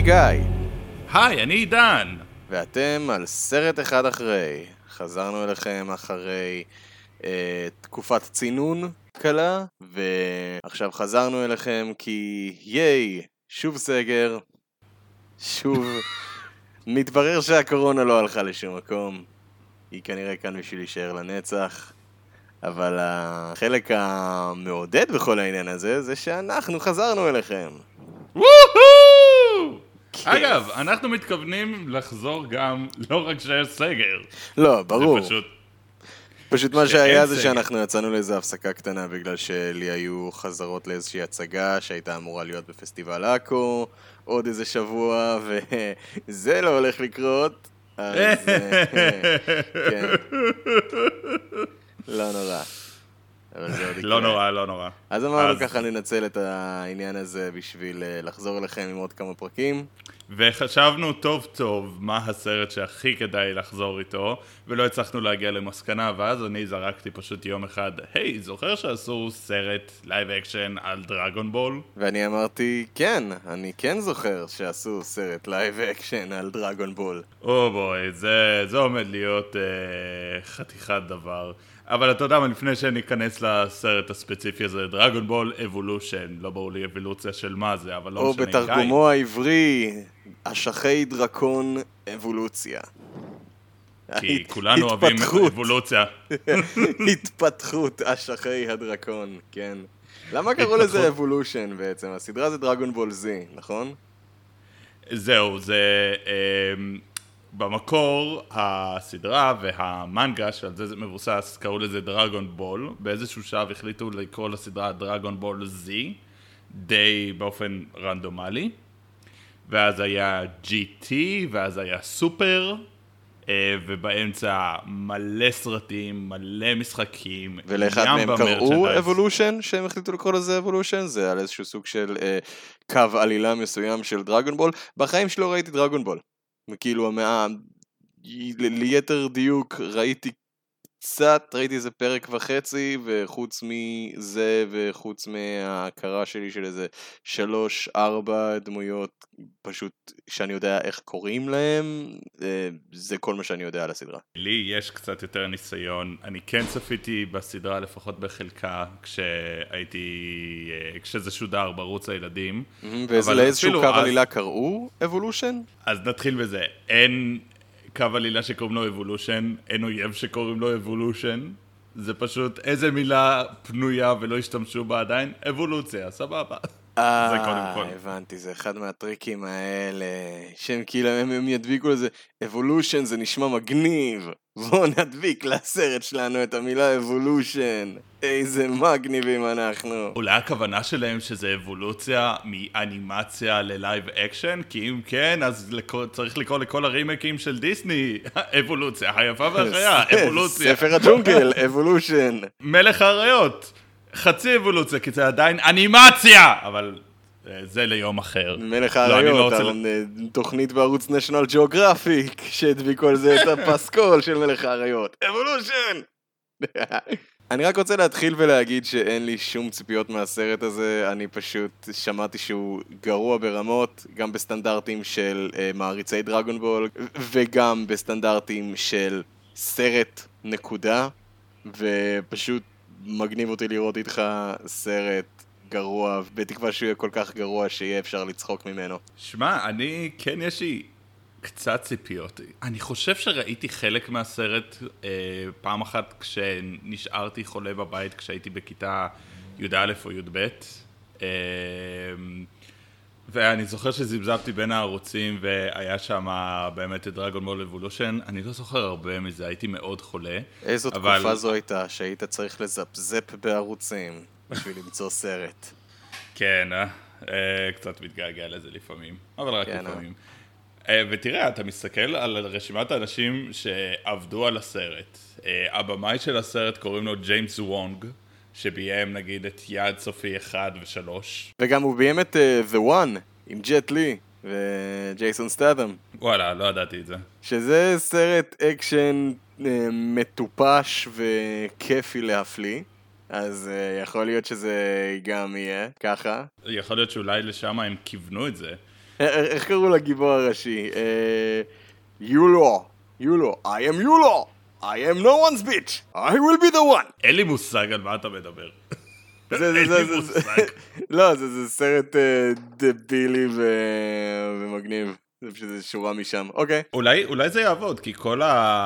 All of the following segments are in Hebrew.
גיא. היי, אני עידן. ואתם על סרט אחד אחרי. חזרנו אליכם אחרי תקופת צינון קלה, ועכשיו חזרנו אליכם כי ייי, שוב סגר, שוב מתברר שהקורונה לא הלכה לשום מקום. היא כנראה כאן בשביל להישאר לנצח. אבל החלק המעודד בכל העניין הזה זה שאנחנו חזרנו אליכם. וואו! אגב, אנחנו מתכוונים לחזור גם לא רק שיש סגר. לא, ברור. זה פשוט מה שהיה זה סגר. שאנחנו יצאנו לאיזו הפסקה קטנה בגלל שלי היו חזרות לאיזושהי הצגה שהייתה אמורה להיות בפסטיבל אקו עוד איזה שבוע, וזה לא הולך לקרות, אז כן, לא נורא. אבל זה עוד יקרה. לא נורא. אז אמרנו ככה לנצל את העניין הזה בשביל לחזור אליכם עם עוד כמה פרקים. וחשבנו טוב טוב מה הסרט שהכי כדאי לחזור איתו, ולא הצלחנו להגיע למסקנה, ואז אני זרקתי פשוט יום אחד, היי, זוכר שעשו סרט לייב אקשן על דרגון בול? ואני אמרתי, כן, אני כן זוכר שעשו סרט לייב אקשן על דרגון בול. או בוי, זה עומד להיות חתיכת דבר. אבל אתה יודע מה, לפני שניכנס לסרט הספציפי הזה, דרגון בול אבולושן, לא ברור לי אבולוציה של מה זה, אבל לא או משנה. בתרגומו העברי, אשכי דרקון אבולוציה. כי כולנו אוהבים אבולוציה. התפתחות אשכי הדרקון, כן. למה קראו לזה אבולושן בעצם? הסדרה זה דרגון בול זי, נכון? זהו, זה במקור הסדרה והמנגה שעל זה מבוסס קראו לזה דרגון בול. באיזשהו שעה החליטו לקרוא לסדרה דרגון בול זי, די באופן רנדומלי. ואז היה GT, ואז היה סופר, ובאמצע מלא סרטים, מלא משחקים. ולאחד מהם קראו אבולושן, שהם החליטו לקרוא לזה אבולושן, זה על איזשהו סוג של קו עלילה מסוים של דרגון בול. בחיים שלא ראיתי דרגון בול. כאילו ליתר דיוק ראיתי איזה פרק וחצי, וחוץ מזה וחוץ מההכרה שלי של איזה 3-4 דמויות פשוט שאני יודע איך קוראים להם, זה כל מה שאני יודע על הסדרה. לי יש קצת יותר ניסיון, אני כן צפיתי בסדרה לפחות בחלקה כשזה שודר בערוץ הילדים. ולאיזשהו קו עלילה קראו אבולושן? אז נתחיל בזה, אין קו עלילה שקוראים לו אבולושן, אין אויב שקוראים לו אבולושן, זה פשוט איזה מילה פנויה ולא השתמשו בה עדיין, אבולוציה, סבבה. זה קודם כל. הבנתי, זה אחד מהטריקים האלה, שהם כאילו הם ידביקו לזה, אבולושן זה נשמע מגניב, בואו נדביק לסרט שלנו את המילה אבולושן, איזה מגניבים אנחנו. אולי הכוונה שלהם שזה אבולוציה מאנימציה ללייב אקשן, כי אם כן, אז צריך לקרוא לכל הרימקים של דיסני, אבולוציה, היפה והחיה, אבולוציה. ספר הג'ונגל, אבולושן. מלך האריות. חצי אבולוציה, כי זה עדיין אנימציה! אבל זה ליום אחר. מלך האריות, תוכנית בערוץ נשיונל ג'אוגרפיק, שהדביקו על זה את הפסקול של מלך האריות. אבולושן! אני רק רוצה להתחיל ולהגיד שאין לי שום ציפיות מהסרט הזה, אני פשוט שמעתי שהוא גרוע ברמות, גם בסטנדרטים של מעריצי דרגון בול, וגם בסטנדרטים של סרט נקודה, ופשוט מגניב אותי לראות איתך סרט גרוע, בתקווה שהוא יהיה כל כך גרוע שיהיה אפשר לצחוק ממנו. שמע, כן יש לי קצת ציפיות. אני חושב שראיתי חלק מהסרט פעם אחת כשנשארתי חולה בבית כשהייתי בכיתה י"א או י"ב. ואני זוכר שזבזבתי בין הערוצים והיה שם באמת את דרגון בול אבולושן. אני לא זוכר הרבה מזה, הייתי מאוד חולה. איזו תקופה זו הייתה שהיית צריך לזפזפ בערוצים בשביל למצוא סרט. כן, קצת מתגעגע לזה לפעמים, אבל רק לפעמים. ותראה, אתה מסתכל על רשימת האנשים שעבדו על הסרט. הבמאי של הסרט קוראים לו ג'יימס וונג, שביים נגיד את יעד סופי 1 ו3. וגם הוא ביים את The One עם ג'ט לי וג'ייסון סטאתם. וואלה, לא ידעתי את זה. שזה סרט אקשן מטופש וכיפי להפליא. אז יכול להיות שזה גם יהיה ככה. יכול להיות שאולי לשם הם כיוונו את זה. איך קראו לגיבור הראשי? יולו, I am יולו, I am no one's bitch, I will be the one. אין לי מושג על מה אתה מדבר. לא, זה סרט דבילי ומגניב. זה פשוט שורה משם, אוקיי. אולי זה יעבוד, כי כל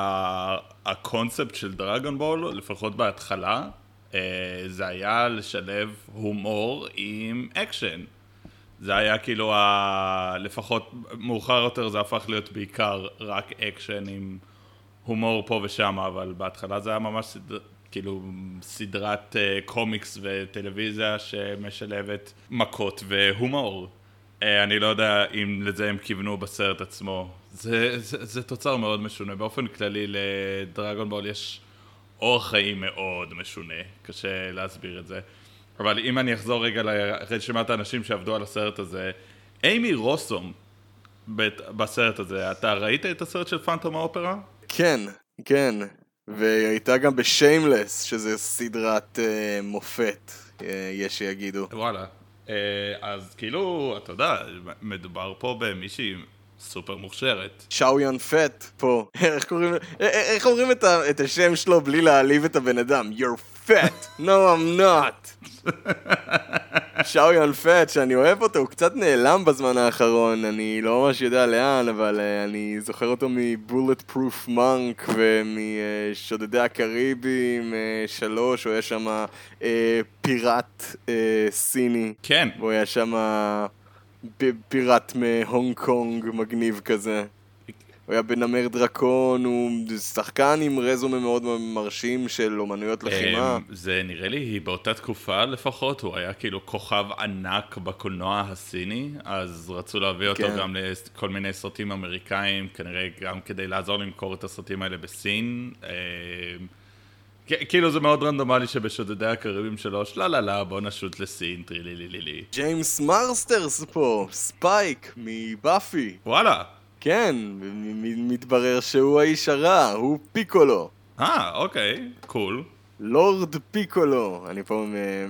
הקונספט של דרגון בול, לפחות בהתחלה, זה היה לשלב הומור עם אקשן. זה היה כאילו, לפחות מאוחר יותר זה הפך להיות בעיקר רק אקשן עם הומור פה ושם, אבל בהתחלה זה היה ממש כאילו סדרת קומיקס וטלוויזיה שמשלבת מכות והומור. אני לא יודע אם לזה הם כיוונו בסרט עצמו. זה תוצר מאוד משונה. באופן כללי לדרגון בול יש אורח חיים מאוד משונה. קשה להסביר את זה. אבל אם אני אחזור רגע לרשימת האנשים שעבדו על הסרט הזה, אימי רוסום בסרט הזה, אתה ראית את הסרט של פנטום האופרה? כן. והיא הייתה גם בשיימלס, שזה סדרת מופת, יש שיגידו. וואלה. אז כאילו, אתה יודע, מדובר פה במישהי סופר מוכשרת. שאויון פט פה. איך אומרים את השם שלו בלי להעליב את הבן אדם? You're fat. No, I'm not. שאויון פט, שאני אוהב אותו, הוא קצת נעלם בזמן האחרון, אני לא ממש יודע לאן, אבל אני זוכר אותו מבולט פרוף מונק ומשודדי הקריבים 3, הוא היה שם פיראט סיני. כן. והוא היה שם פיראט מהונג קונג מגניב כזה. הוא היה בנמר דרקון, הוא שחקן עם רזומה מאוד מרשים של אומנויות לחימה. זה נראה לי, באותה תקופה לפחות, הוא היה כאילו כוכב ענק בקולנוע הסיני, אז רצו להביא אותו גם לכל מיני סרטים אמריקאים, כנראה גם כדי לעזור למכור את הסרטים האלה בסין. כאילו זה מאוד רנדומלי שבשודדי הקריבים שלו, לא, בוא נשוט לסין, טרילילילילי. ג'יימס מרסטרס פה, ספייק מבאפי. וואלה. כן, מתברר שהוא האיש הרע, הוא פיקולו. אוקיי, קול. לורד פיקולו, אני פה,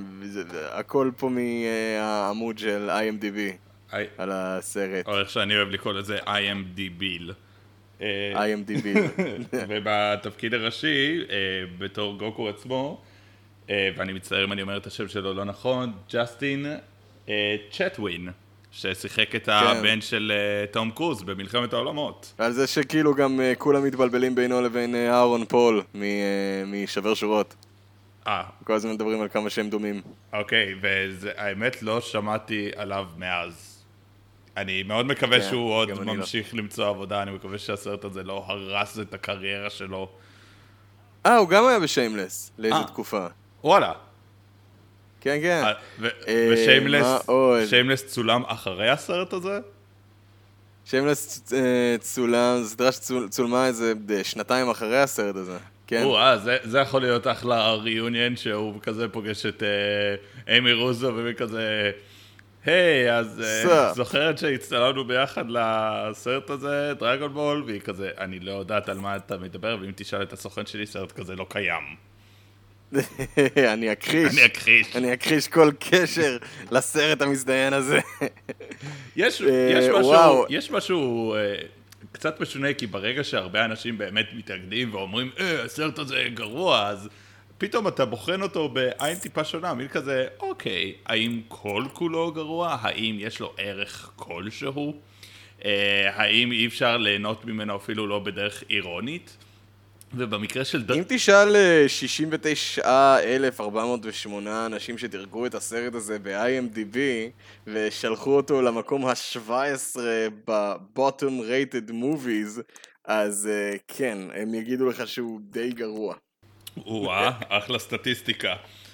הכל פה מהעמוד של IMDb על הסרט. או איך שאני אוהב לקרוא לזה IMDb. IMDb. ובתפקיד הראשי, בתור גוקו עצמו, ואני מצטער אם אני אומר את השם שלו לא נכון, ג'סטין צ'טווין. ששיחק את הבן של תום קרוז במלחמת העולמות. על זה שכאילו גם כולם מתבלבלים בינו לבין אהרון פול משבר שורות. כל הזמן מדברים על כמה שהם דומים. אוקיי, והאמת לא שמעתי עליו מאז. אני מאוד מקווה שהוא עוד ממשיך למצוא עבודה, אני מקווה שהסרט הזה לא הרס את הקריירה שלו. הוא גם היה בשיימלס, לאיזו תקופה. וואלה. כן. ושיימלס צולם אחרי הסרט הזה? שיימלס צולם, זו סדרה שצולמה איזה שנתיים אחרי הסרט הזה. כן. זה יכול להיות אחלה ריוניון שהוא כזה פוגש את אימי רוזו וכזה, היי, אז זוכרת שהצטלמנו ביחד לסרט הזה, דרגון בול, והיא כזה, אני לא יודעת על מה אתה מדבר, ואם תשאל את הסוכן שלי, סרט כזה לא קיים. אני אכחיש כל קשר לסרט המזדיין הזה. יש משהו קצת משונה, כי ברגע שהרבה אנשים באמת מתאגדים ואומרים, הסרט הזה גרוע, אז פתאום אתה בוחן אותו בעין טיפה שונה, מיל כזה, אוקיי, האם כל כולו גרוע? האם יש לו ערך כלשהו? האם אי אפשר ליהנות ממנו אפילו לא בדרך אירונית? ובמקרה של אם תשאל 69,408 אנשים שדרגו את הסרט הזה ב-IMDb ושלחו אותו למקום ה-17 ב-Bottom Rated Movies, אז כן, הם יגידו לך שהוא די גרוע. אחלה סטטיסטיקה.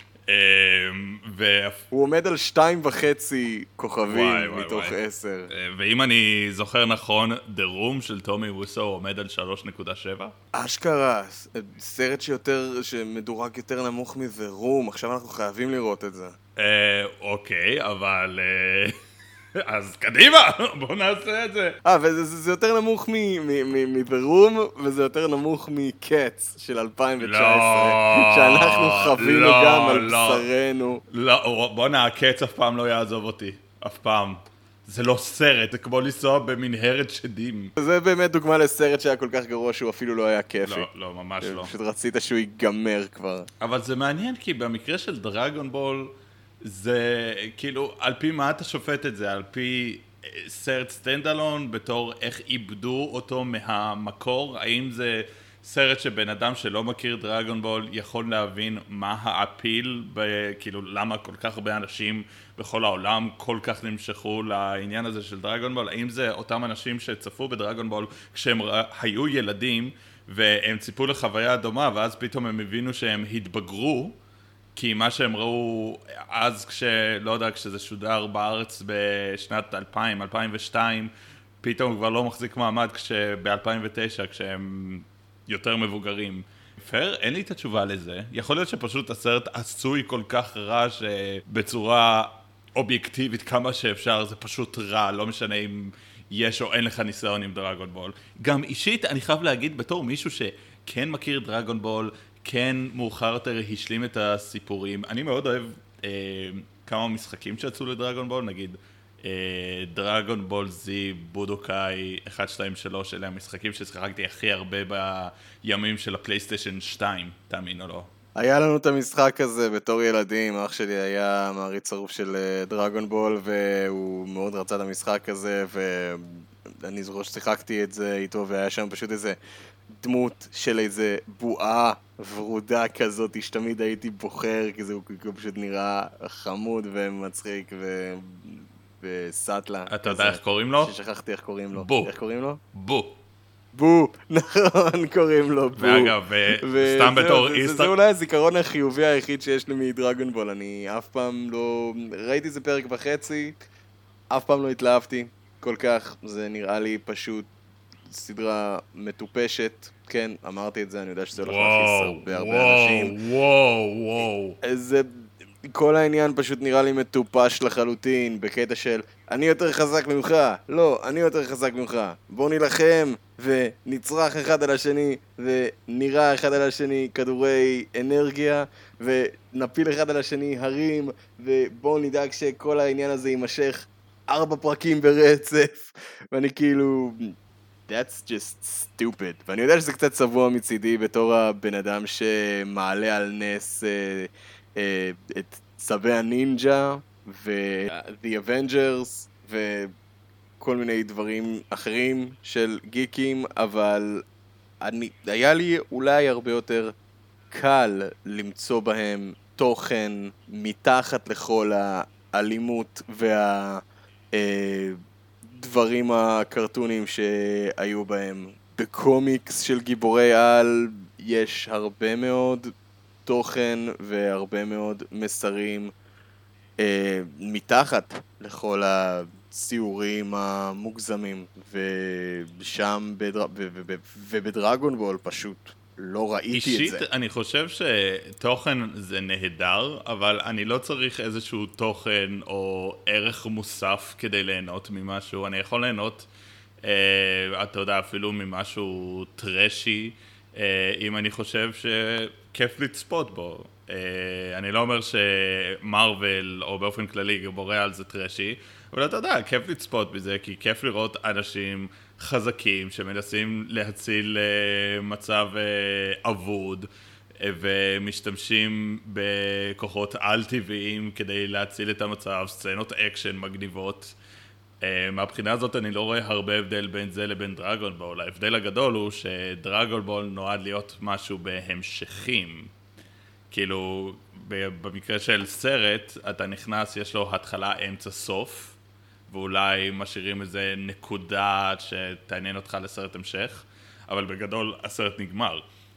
הוא עומד על 2.5 כוכבים מתוך 10. ואם אני זוכר נכון, The Room של טומי ווסו עומד על 3.7? אשכרה, סרט שמדורג יותר נמוך מ-The Room, עכשיו אנחנו חייבים לראות את זה. אוקיי, אבל אז קדימה, בוא נעשה את זה. וזה יותר נמוך מ-The Room, וזה יותר נמוך מ-Cats של 2019, שאנחנו חווינו גם על בשרנו. לא, בוא נה, Cats אף פעם לא יעזוב אותי, אף פעם. זה לא סרט, זה כמו לנסוע במנהרת שדים. זה באמת דוגמה לסרט שהיה כל כך גרוע שהוא אפילו לא היה כיפי. לא, ממש לא. פשוט רצית שהוא ייגמר כבר. אבל זה מעניין כי במקרה של דרגון בול, זה כאילו, על פי מה אתה שופט את זה? על פי סרט סטנדלון בתור איך איבדו אותו מהמקור? האם זה סרט שבן אדם שלא מכיר דרגון בול יכול להבין מה האפיל, כאילו למה כל כך הרבה אנשים בכל העולם כל כך נמשכו לעניין הזה של דרגון בול? האם זה אותם אנשים שצפו בדרגון בול כשהם היו ילדים והם ציפו לחוויה דומה ואז פתאום הם הבינו שהם התבגרו כי מה שהם ראו אז לא יודע, כשזה שודר בארץ בשנת 2000, 2002, פתאום כבר לא מחזיק מעמד ב-2009, כשהם יותר מבוגרים. פייר, אין לי את התשובה לזה. יכול להיות שפשוט הסרט עשוי כל כך רע שבצורה אובייקטיבית כמה שאפשר, זה פשוט רע, לא משנה אם יש או אין לך ניסיון עם דרגון בול. גם אישית, אני חייב להגיד, בתור מישהו שכן מכיר דרגון בול, כן מאוחר יותר השלים את הסיפורים. אני מאוד אוהב כמה משחקים שיצאו לדרגון בול, נגיד דרגון בול זי, בודוקאי, 1, 2, 3, אלה המשחקים ששחקתי הכי הרבה בימים של הפלייסטיישן 2, תאמין או לא. היה לנו את המשחק הזה בתור ילדים, אח שלי היה מעריץ צרוף של דרגון בול והוא מאוד רצה את המשחק הזה ואני זוכר ששיחקתי את זה איתו והיה שם פשוט איזה דמות של איזה בועה ורודה כזאת שתמיד הייתי בוחר כי זה פשוט נראה חמוד ומצחיק וסטלה. אתה יודע איך קוראים לו? ששכחתי איך קוראים לו. בו. איך קוראים לו? בו. בו, נכון, קוראים לו בו. ואגב, סתם בתור זה אולי הזיכרון החיובי היחיד שיש לי מדרגון בול. אני אף פעם לא... ראיתי זה פרק וחצי, אף פעם לא התלהבתי כל כך. זה נראה לי פשוט סדרה מטופשת. כן, אמרתי את זה, אני יודע שזה הולך להכניס הרבה אנשים. וואו. זה... כל העניין פשוט נראה לי מטופש לחלוטין, בקטע של אני יותר חזק ממך, לא, אני יותר חזק ממך, בוא נילחם ונצרח אחד על השני ונראה אחד על השני כדורי אנרגיה ונפיל אחד על השני הרים ובוא נדאג שכל העניין הזה יימשך 4 פרקים ברצף ואני כאילו... That's just stupid. ואני יודע שזה קצת צבוע מצידי בתור הבן אדם שמעלה על נס את צווי הנינג'ה ו-The Avengers וכל מיני דברים אחרים של גיקים, אבל היה לי אולי הרבה יותר קל למצוא בהם תוכן מתחת לכל האלימות והדברים הקרטונים שהיו בהם. בקומיקס של גיבורי על יש הרבה מאוד תוכן והרבה מאוד מסרים מתחת לכל הציורים המוגזמים ושם ובדרגון בול פשוט לא ראיתי את זה. אישית אני חושב שתוכן זה נהדר, אבל אני לא צריך איזשהו תוכן או ערך מוסף כדי ליהנות ממשהו. אני יכול ליהנות, אתה יודע, אפילו ממשהו טרשי, אם אני חושב שכיף לצפות בו. אני לא אומר שמרוול או באופן כללי גיבורי על זה טרשי, אבל אתה יודע, כיף לצפות בזה, כי כיף לראות אנשים חזקים שמנסים להציל מצב אבוד ומשתמשים בכוחות על-טבעיים כדי להציל את המצב, סצנות אקשן מגניבות. מהבחינה הזאת אני לא רואה הרבה הבדל בין זה לבין דרגון בול. ההבדל הגדול הוא שדרגון בול נועד להיות משהו בהמשכים. כאילו, במקרה של סרט, אתה נכנס, יש לו התחלה, אמצע, סוף, ואולי משאירים איזה נקודה שתעניין אותך לסרט המשך, אבל בגדול הסרט נגמר.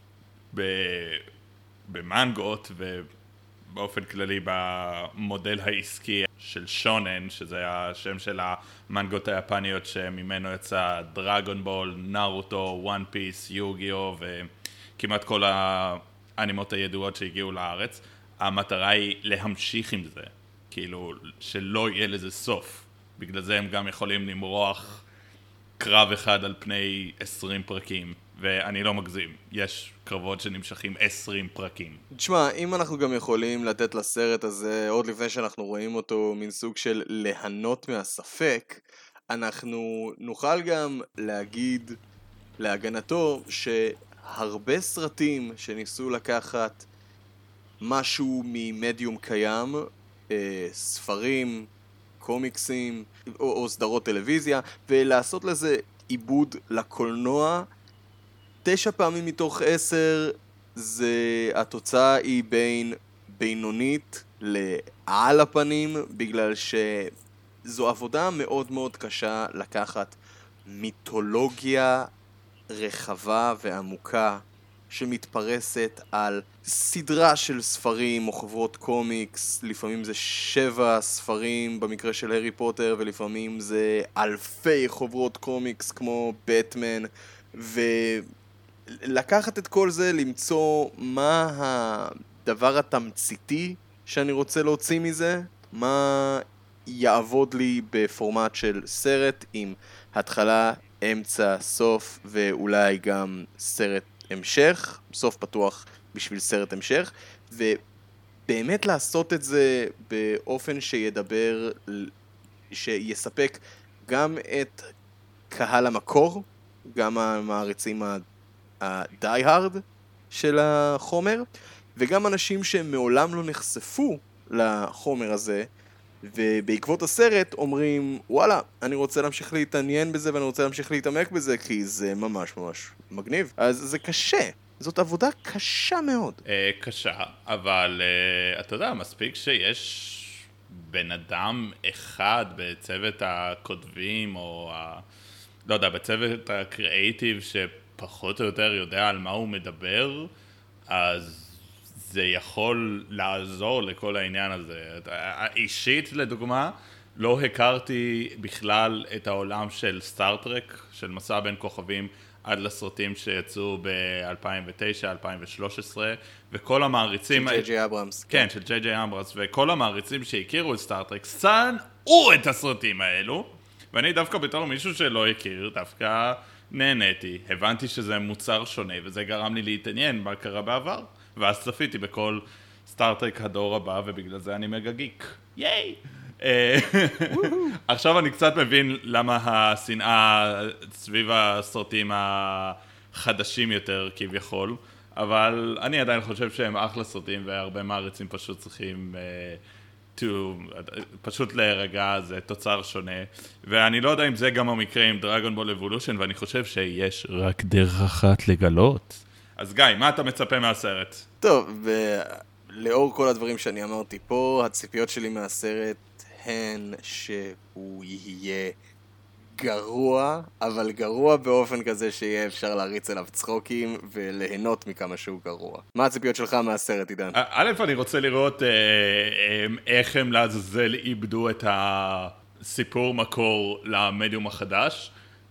במנגות ובאופן כללי במודל העסקי של שונן, שזה השם של המנגות היפניות שממנו יצא דרגון בול, נארוטו, וואן פיס, יוגי-או וכמעט כל האנימות הידועות שהגיעו לארץ. המטרה היא להמשיך עם זה, כאילו שלא יהיה לזה סוף. בגלל זה הם גם יכולים למרוח קרב אחד על פני 20 פרקים ואני לא מגזים, יש קרבות שנמשכים 20 פרקים. תשמע, אם אנחנו גם יכולים לתת לסרט הזה, עוד לפני שאנחנו רואים אותו, מין סוג של ליהנות מהספק, אנחנו נוכל גם להגיד להגנתו שהרבה סרטים שניסו לקחת משהו ממדיום קיים, ספרים, קומיקסים או סדרות טלוויזיה, ולעשות לזה עיבוד לקולנוע, 9 פעמים מתוך 10 התוצאה היא בין בינונית לעל הפנים, בגלל שזו עבודה מאוד מאוד קשה לקחת מיתולוגיה רחבה ועמוקה שמתפרסת על סדרה של ספרים או חברות קומיקס, לפעמים זה 7 ספרים במקרה של הארי פוטר, ולפעמים זה אלפי חברות קומיקס כמו בטמן, ולקחת את כל זה, למצוא מה הדבר התמציתי שאני רוצה להוציא מזה, מה יעבוד לי בפורמט של סרט עם התחלה, אמצע, סוף, ואולי גם סרט המשך, סוף פתוח בשביל סרט המשך, ובאמת לעשות את זה באופן שידבר, שיספק גם את קהל המקור, גם המעריצים ה-die-hard של החומר, וגם אנשים שמעולם לא נחשפו לחומר הזה, ובעקבות הסרט אומרים, וואלה, אני רוצה להמשיך להתעניין בזה ואני רוצה להמשיך להתעמק בזה, כי זה ממש ממש מגניב. אז זה קשה, זאת עבודה קשה מאוד. קשה, אבל אתה יודע, מספיק שיש בן אדם אחד בצוות הכותבים, או לא יודע, בצוות הקריאייטיב שפחות או יותר יודע על מה הוא מדבר, אז זה יכול לעזור לכל העניין הזה. אישית, לדוגמה, לא הכרתי בכלל את העולם של סטארטרק, של מסע בין כוכבים, עד לסרטים שיצאו ב-2009, 2013, וכל המעריצים... של ג'יי אברמס. כן, של ג'יי אברמס, וכל המעריצים שהכירו את סטארטרק, שנאו את הסרטים האלו, ואני דווקא בתור מישהו שלא הכיר, דווקא נהניתי. הבנתי שזה מוצר שונה, וזה גרם לי להתעניין מה קרה בעבר. ואז צפיתי בכל סטארטרק הדור הבא, ובגלל זה אני מגה גיק. ייי! עכשיו אני קצת מבין למה השנאה סביב הסרטים החדשים יותר כביכול, אבל אני עדיין חושב שהם אחלה סרטים, והרבה מעריצים פשוט צריכים פשוט להירגע, זה תוצר שונה. ואני לא יודע אם זה גם המקרה עם דרגון בול אבולושן, ואני חושב שיש רק דרך אחת לגלות. אז גיא, מה אתה מצפה מהסרט? טוב, לאור כל הדברים שאני אמרתי פה, הציפיות שלי מהסרט הן שהוא יהיה גרוע, אבל גרוע באופן כזה שיהיה אפשר להריץ אליו צחוקים וליהנות מכמה שהוא גרוע. מה הציפיות שלך מהסרט, עידן? א', אני רוצה לראות איך הם לעזאזל איבדו את הסיפור מקור למדיום החדש,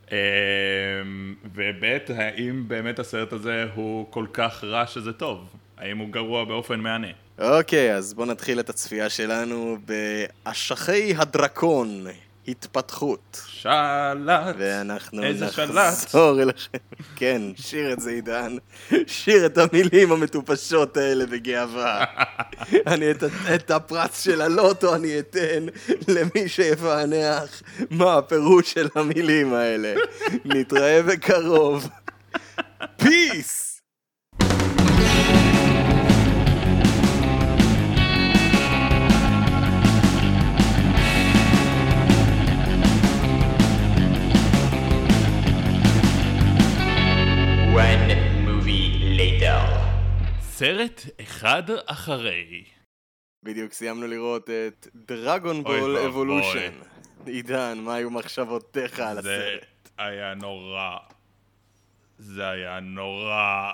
וב' האם באמת הסרט הזה הוא כל כך רע שזה טוב? האם הוא גרוע באופן מענה? אוקיי, אז בוא נתחיל את הצפייה שלנו באשכי הדרקון, התפתחות. שלט! ואנחנו איזה שלט! נחזור אליכם. כן, שיר את זה, עידן. שיר את המילים המטופשות האלה בגאווה. אני את הפרס של הלוטו אני אתן למי שיפענח מה הפירוש של המילים האלה. נתראה בקרוב. פיס! סרט אחד אחרי. בדיוק סיימנו לראות את דרגון בול אבולושן. עידן, מה היו מחשבותיך על הסרט? זה היה נורא. זה היה נורא.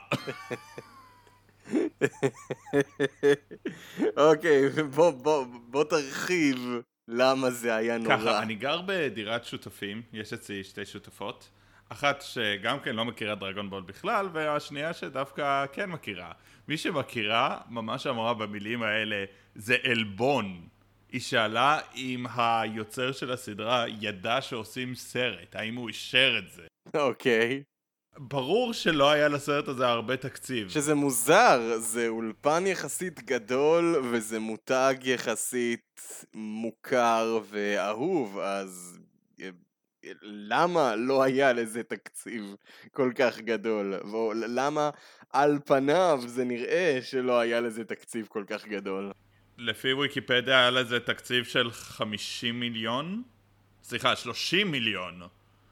אוקיי, בוא תרחיב למה זה היה נורא. ככה, אני גר בדירת שותפים, יש אצלי 2 שותפות. אחת שגם כן לא מכירה דרגון בול בכלל, והשנייה שדווקא כן מכירה. מי שמכירה ממש אמרה במילים האלה, זה אלבון. היא שאלה אם היוצר של הסדרה ידע שעושים סרט, האם הוא אישר את זה. אוקיי. ברור שלא היה לסרט הזה הרבה תקציב. שזה מוזר, זה אולפן יחסית גדול וזה מותג יחסית מוכר ואהוב, אז למה לא היה לזה תקציב כל כך גדול? למה על פניו זה נראה שלא היה לזה תקציב כל כך גדול? לפי ויקיפדיה היה לזה תקציב של 50 מיליון? סליחה, 30 מיליון.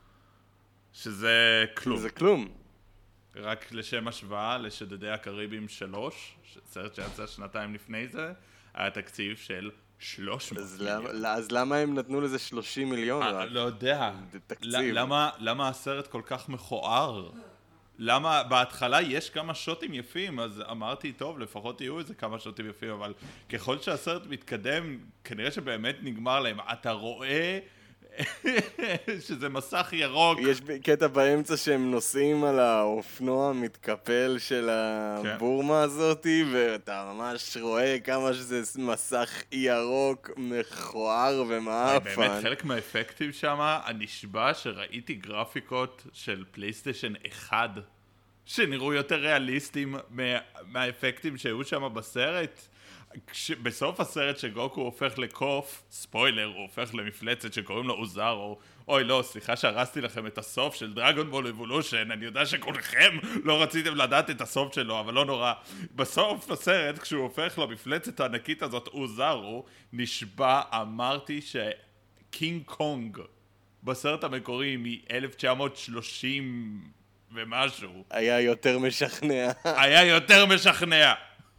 שזה כלום. זה כלום. רק לשם השוואה, לשודדי הקריבים 3, סרט שיצא שנתיים לפני זה, היה תקציב של 300 מיליון. אז למה הם נתנו לזה 30 מיליון? לא יודע. תקציב. למה הסרט כל כך מכוער? למה בהתחלה יש כמה שוטים יפים, אז אמרתי, טוב, לפחות יהיו איזה כמה שוטים יפים, אבל ככל שהסרט מתקדם, כנראה שבאמת נגמר להם. אתה רואה שזה מסך ירוק. יש קטע באמצע שהם נוסעים על האופנוע המתקפל של הבורמה הזאתי, ואתה ממש רואה כמה שזה מסך ירוק מכוער ומאפן. באמת, חלק מהאפקטים שם, אני נשבע שראיתי גרפיקות של פלייסטיישן 1, שנראו יותר ריאליסטיים מהאפקטים שהיו שם בסרט. בסוף הסרט שגוקו הופך לקוף, ספוילר, הוא הופך למפלצת שקוראים לו אוזארו. אוי לא, סליחה שהרסתי לכם את הסוף של דרגון בול אבולושן, אני יודע שכולכם לא רציתם לדעת את הסוף שלו, אבל לא נורא. בסוף הסרט, כשהוא הופך למפלצת הענקית הזאת, אוזארו, נשבע, אמרתי שקינג קונג בסרט המקורי מ-1930 ומשהו היה יותר משכנע. היה יותר משכנע.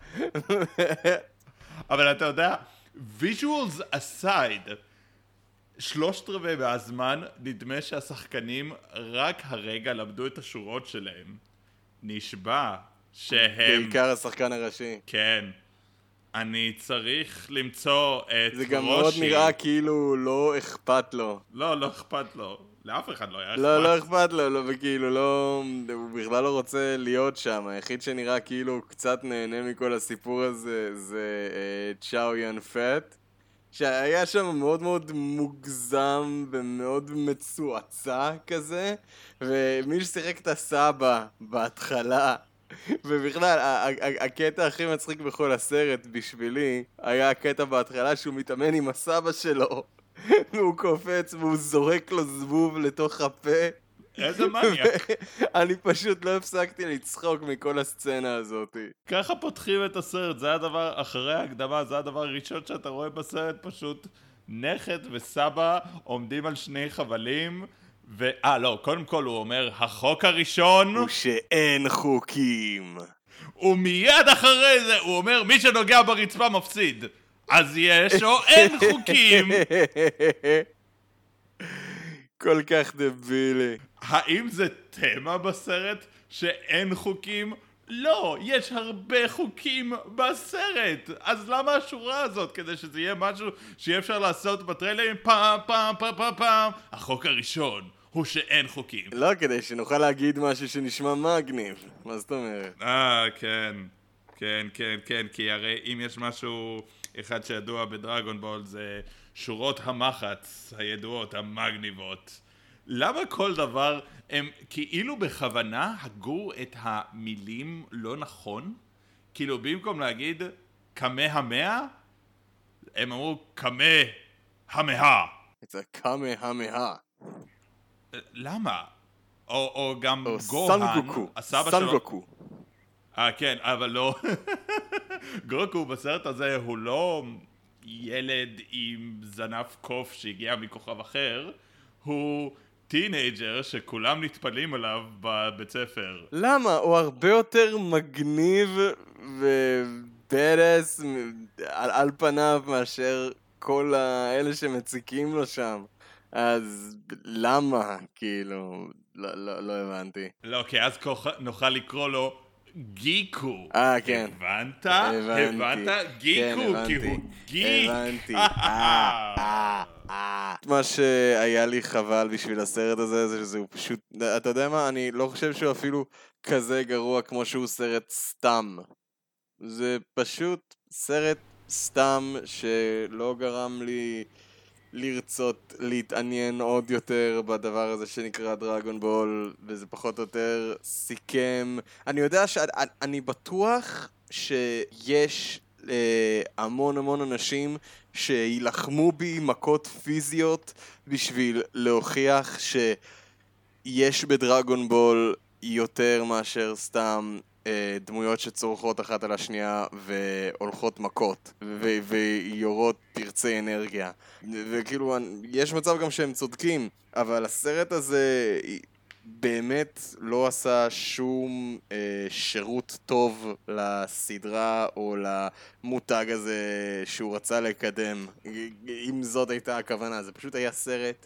אבל אתה יודע, visuals aside, 3/4 מהזמן נדמה שהשחקנים רק הרגע למדו את השורות שלהם. נשבע שהם... בעיקר השחקן הראשי. כן. אני צריך למצוא את רושי. זה גם מאוד נראה כאילו לא אכפת לו. לא אכפת לו. לאף אחד לא היה אכפת. לא אכפת לו, וכאילו לא... הוא בכלל לא רוצה להיות שם. היחיד שנראה כאילו קצת נהנה מכל הסיפור הזה זה צ'או יאן פט, שהיה שם מאוד מאוד מוגזם ומאוד מצועצע כזה, ומי ששיחק את הסבא בהתחלה, ובכלל הקטע הכי מצחיק בכל הסרט בשבילי היה הקטע בהתחלה שהוא מתאמן עם הסבא שלו והוא קופץ והוא זורק לו זבוב לתוך הפה. איזה מניאק. אני פשוט לא הפסקתי לצחוק מכל הסצנה הזאת. ככה פותחים את הסרט, זה הדבר, אחרי ההקדמה, זה הדבר הראשון שאתה רואה בסרט, פשוט נכד וסבא עומדים על שני חבלים, לא, קודם כל הוא אומר, החוק הראשון הוא שאין חוקים. ומיד אחרי זה הוא אומר, מי שנוגע ברצפה מפסיד. אז יש או אין חוקים. כל כך דבילי. האם זה תמה בסרט שאין חוקים? לא, יש הרבה חוקים בסרט. אז למה השורה הזאת? כדי שזה יהיה משהו שיהיה אפשר לעשות בטריילרים פעם. החוק הראשון הוא שאין חוקים. לא, כדי שנוכל להגיד משהו שנשמע מגניב. מה זאת אומרת? כן, כי הרי אם יש משהו אחד שידוע בדרגון בול זה שורות המחץ הידועות, המגניבות. למה כל דבר הם כאילו בכוונה הגו את המילים לא נכון? כאילו במקום להגיד קמה המאה, הם אמרו קמה המאה. זה קמה המאה. למה? או גם גוהן, הסבא סן שלו. גוקו. כן, אבל לא. גוקו בסרט הזה הוא לא ילד עם זנף קוף שהגיע מכוכב אחר, הוא טינאג'ר שכולם נטפלים עליו בבית ספר. למה? הוא הרבה יותר מגניב ובדס על פניו מאשר כל האלה שמציקים לו שם. אז למה? כאילו, לא הבנתי. לא, כי אז נוכל לקרוא לו גיקו. כן. הבנת? הבנתי. גיקו, כן, כי הוא גיק. הבנתי. מה שהיה לי חבל בשביל הסרט הזה זה שזה פשוט, אתה יודע מה? אני לא חושב שהוא אפילו כזה גרוע כמו שהוא סרט סתם. זה פשוט סרט סתם שלא גרם לי לרצות להתעניין עוד יותר בדבר הזה שנקרא דרגון בול, וזה פחות או יותר סיכם. אני יודע שאני בטוח שיש המון אנשים שילחמו בי מכות פיזיות בשביל להוכיח שיש בדרגון בול יותר מאשר סתם דמויות שצורכות אחת על השנייה והולכות מכות ויורות פרצי אנרגיה, וכאילו יש מצב גם שהם צודקים, אבל הסרט הזה באמת לא עשה שום שירות טוב לסדרה או למותג הזה שהוא רצה לקדם, אם זאת הייתה הכוונה. זה פשוט היה סרט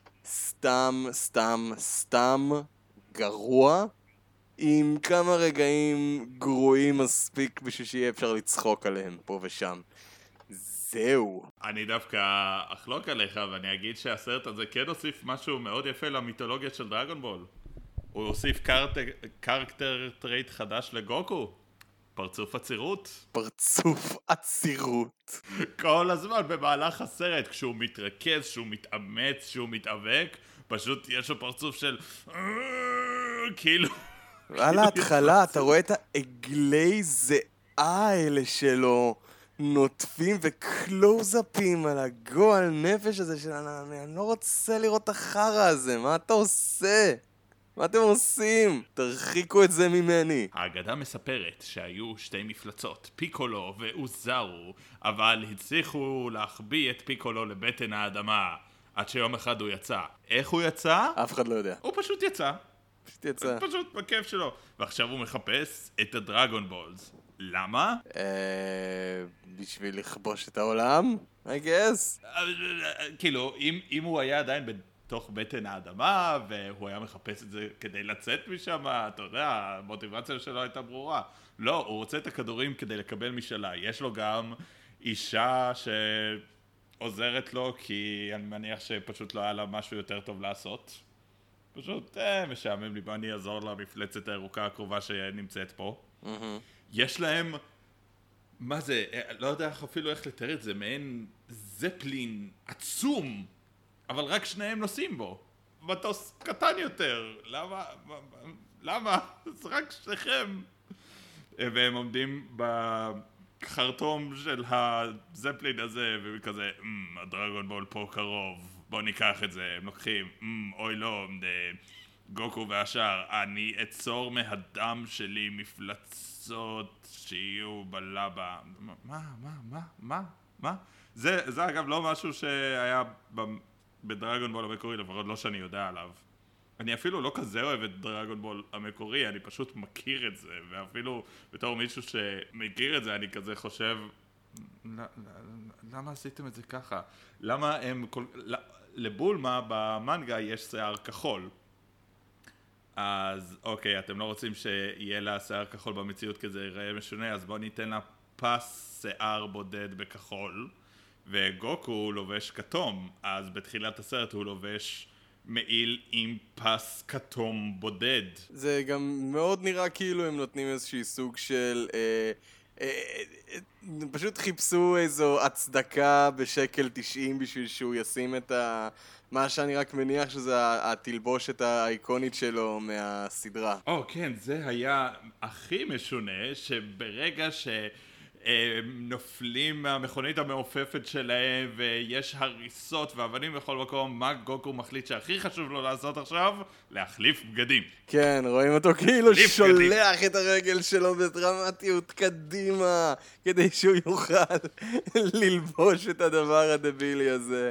סתם גרוע, עם כמה רגעים גרועים מספיק בשביל שיהיה אפשר לצחוק עליהם פה ושם. זהו. אני דווקא אחלוק עליך ואני אגיד שהסרט הזה כן הוסיף משהו מאוד יפה למיתולוגיה של דרגון בול. הוא הוסיף קרקטר טרייט חדש לגוקו. פרצוף עצירות. פרצוף עצירות. כל הזמן במהלך הסרט, כשהוא מתרכז, כשהוא מתאמץ, כשהוא מתאבק, פשוט יש לו פרצוף של כאילו... על ההתחלה אתה רואה את העגלי זיעה האלה שלו נוטפים וקלוזאפים על הגועל נפש הזה של אני לא רוצה לראות את החרא הזה, מה אתה עושה? מה אתם עושים? תרחיקו את זה ממני. האגדה מספרת שהיו שתי מפלצות, פיקולו ואוזארו, אבל הצליחו להחביא את פיקולו לבטן האדמה עד שיום אחד הוא יצא. איך הוא יצא? אף אחד לא יודע. הוא פשוט יצא. פשוט בכיף שלו. ועכשיו הוא מחפש את הדרגון בולס. למה? בשביל לכבוש את העולם, I guess. כאילו, אם הוא היה עדיין בתוך בטן האדמה, והוא היה מחפש את זה כדי לצאת משם, אתה יודע, המוטיבציה שלו הייתה ברורה. לא, הוא רוצה את הכדורים כדי לקבל משאלה. יש לו גם אישה שעוזרת לו, כי אני מניח שפשוט לא היה לה משהו יותר טוב לעשות. פשוט משעמם לי, אני אעזור למפלצת הירוקה הקרובה שנמצאת פה. יש להם, מה זה, לא יודע אפילו איך לתאר את זה, מעין זפלין עצום, אבל רק שניהם נוסעים בו. מטוס קטן יותר. למה? זה רק שניכם. והם עומדים בחרטום של הזפלין הזה, וכזה, הדרגון בול פה קרוב. בוא ניקח את זה, הם לוקחים, אוי לא, גוקו והשאר, אני אצור מהדם שלי מפלצות שיהיו בלבה. מה? זה אגב לא משהו שהיה בדרגון בול המקורי, לפחות לא שאני יודע עליו. אני אפילו לא כזה אוהב את דרגון בול המקורי, אני פשוט מכיר את זה, ואפילו בתור מישהו שמכיר את זה, אני כזה חושב, למה עשיתם את זה ככה? למה הם לבולמה במנגה יש שיער כחול. אז אוקיי, אתם לא רוצים שיהיה לה שיער כחול במציאות כזה ייראה משונה, אז בואו ניתן לה פס שיער בודד בכחול, וגוקו לובש כתום, אז בתחילת הסרט הוא לובש מעיל עם פס כתום בודד. זה גם מאוד נראה כאילו הם נותנים איזושהי סוג של... פשוט חיפשו איזו הצדקה בשקל 90 בשביל שהוא ישים את מה שאני רק מניח שזה התלבושת האיקונית שלו מהסדרה. כן, זה היה הכי משונה, שברגע נופלים מהמכונית המעופפת שלהם ויש הריסות ואבנים בכל מקום, מה גוקו מחליט שהכי חשוב לו לעשות עכשיו? להחליף בגדים. כן, רואים אותו כאילו שולח את הרגל שלו בדרמטיות קדימה כדי שהוא יוכל ללבוש את הדבר הדבילי הזה.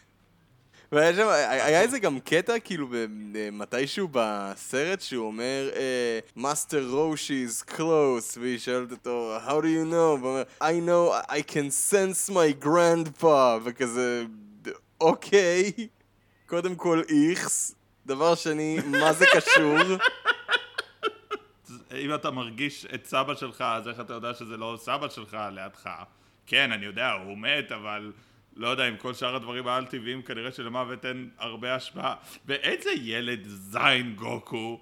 והיה איזה גם קטע כאילו מתישהו בסרט שהוא אומר Master Roshi's close, והיא שואלת אותו How do you know? והוא אומר I know I can sense my grandpa, וכזה אוקיי, קודם כל איכס, דבר שני מה זה קשור? אם אתה מרגיש את סבא שלך, אז איך אתה יודע שזה לא סבא שלך לידך? כן, אני יודע, הוא מת, אבל לא יודע, עם כל שאר הדברים העל-טבעיים, כנראה שלמוות אין הרבה השפעה. ואיזה ילד זין גוקו,